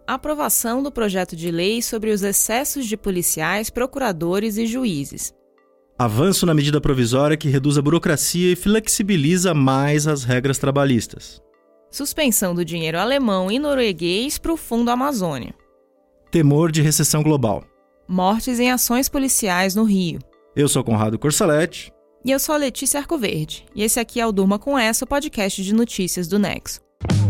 Aprovação do projeto de lei sobre os excessos de policiais, procuradores e juízes. Avanço na medida provisória que reduz a burocracia e flexibiliza mais as regras trabalhistas. Suspensão do dinheiro alemão e norueguês para o Fundo Amazônia. Temor de recessão global. Mortes em ações policiais no Rio. Eu sou Conrado Corsalete. E eu sou a Letícia Arcoverde. E esse aqui é o Durma Com Essa, o podcast de notícias do Nexo.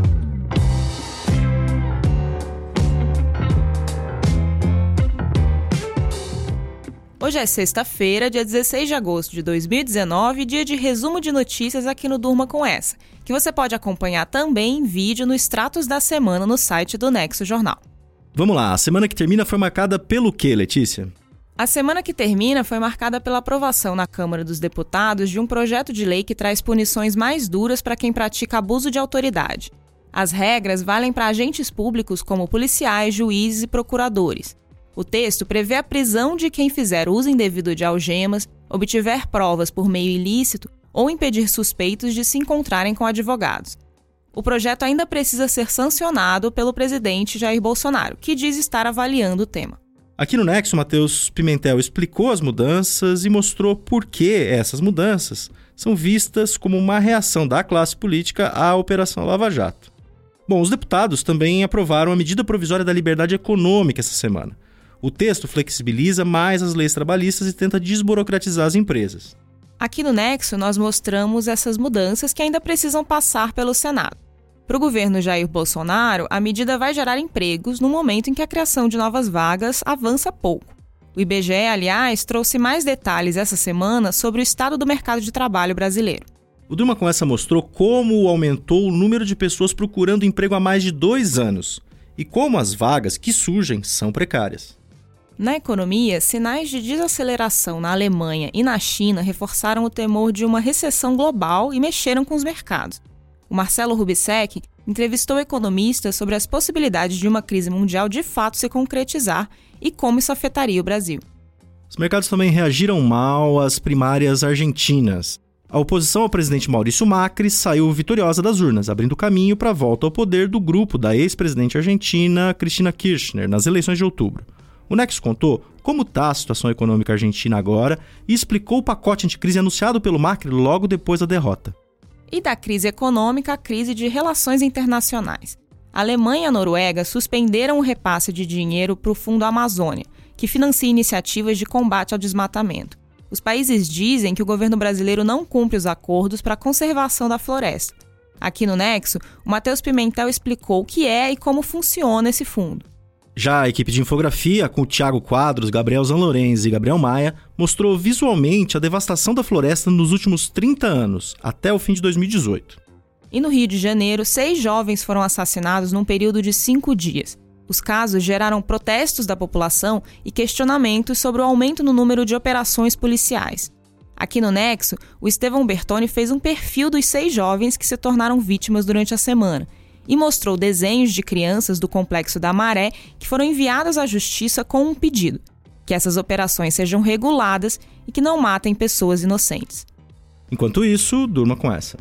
Hoje é sexta-feira, dia 16 de agosto de 2019, dia de resumo de notícias aqui no Durma Com Essa, que você pode acompanhar também em vídeo no Status da Semana no site do Nexo Jornal. Vamos lá, a semana que termina foi marcada pelo quê, Letícia? A semana que termina foi marcada pela aprovação na Câmara dos Deputados de um projeto de lei que traz punições mais duras para quem pratica abuso de autoridade. As regras valem para agentes públicos como policiais, juízes e procuradores. O texto prevê a prisão de quem fizer uso indevido de algemas, obtiver provas por meio ilícito ou impedir suspeitos de se encontrarem com advogados. O projeto ainda precisa ser sancionado pelo presidente Jair Bolsonaro, que diz estar avaliando o tema. Aqui no Nexo, Matheus Pimentel explicou as mudanças e mostrou por que essas mudanças são vistas como uma reação da classe política à Operação Lava Jato. Bom, os deputados também aprovaram a medida provisória da liberdade econômica essa semana. O texto flexibiliza mais as leis trabalhistas e tenta desburocratizar as empresas. Aqui no Nexo, nós mostramos essas mudanças que ainda precisam passar pelo Senado. Para o governo Jair Bolsonaro, a medida vai gerar empregos no momento em que a criação de novas vagas avança pouco. O IBGE, aliás, trouxe mais detalhes essa semana sobre o estado do mercado de trabalho brasileiro. O Durma Com Essa mostrou como aumentou o número de pessoas procurando emprego há mais de 2 anos e como as vagas que surgem são precárias. Na economia, sinais de desaceleração na Alemanha e na China reforçaram o temor de uma recessão global e mexeram com os mercados. O Marcelo Rubissec entrevistou economistas sobre as possibilidades de uma crise mundial de fato se concretizar e como isso afetaria o Brasil. Os mercados também reagiram mal às primárias argentinas. A oposição ao presidente Maurício Macri saiu vitoriosa das urnas, abrindo caminho para a volta ao poder do grupo da ex-presidente argentina Cristina Kirchner nas eleições de outubro. O Nexo contou como está a situação econômica argentina agora e explicou o pacote anticrise anunciado pelo Macri logo depois da derrota. E da crise econômica à crise de relações internacionais. A Alemanha e a Noruega suspenderam o repasse de dinheiro para o Fundo Amazônia, que financia iniciativas de combate ao desmatamento. Os países dizem que o governo brasileiro não cumpre os acordos para a conservação da floresta. Aqui no Nexo, o Matheus Pimentel explicou o que é e como funciona esse fundo. Já a equipe de infografia, com o Thiago Quadros, Gabriel Zanlorenzi e Gabriel Maia, mostrou visualmente a devastação da floresta nos últimos 30 anos, até o fim de 2018. E no Rio de Janeiro, 6 jovens foram assassinados num período de 5 dias. Os casos geraram protestos da população e questionamentos sobre o aumento no número de operações policiais. Aqui no Nexo, o Estevão Bertoni fez um perfil dos 6 jovens que se tornaram vítimas durante a semana e mostrou desenhos de crianças do Complexo da Maré que foram enviadas à justiça com um pedido: que essas operações sejam reguladas e que não matem pessoas inocentes. Enquanto isso, durma com essa.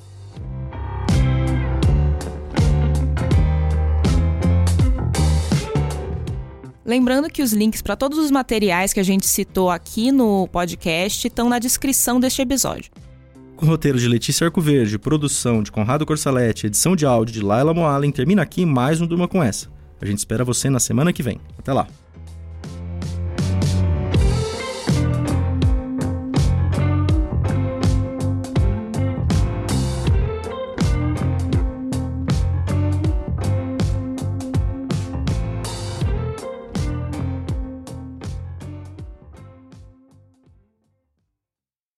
Lembrando que os links para todos os materiais que a gente citou aqui no podcast estão na descrição deste episódio. Com roteiro de Letícia Arcoverde, produção de Conrado Corsalete, edição de áudio de Laila Moalen, termina aqui mais um Durma Com Essa. A gente espera você na semana que vem. Até lá!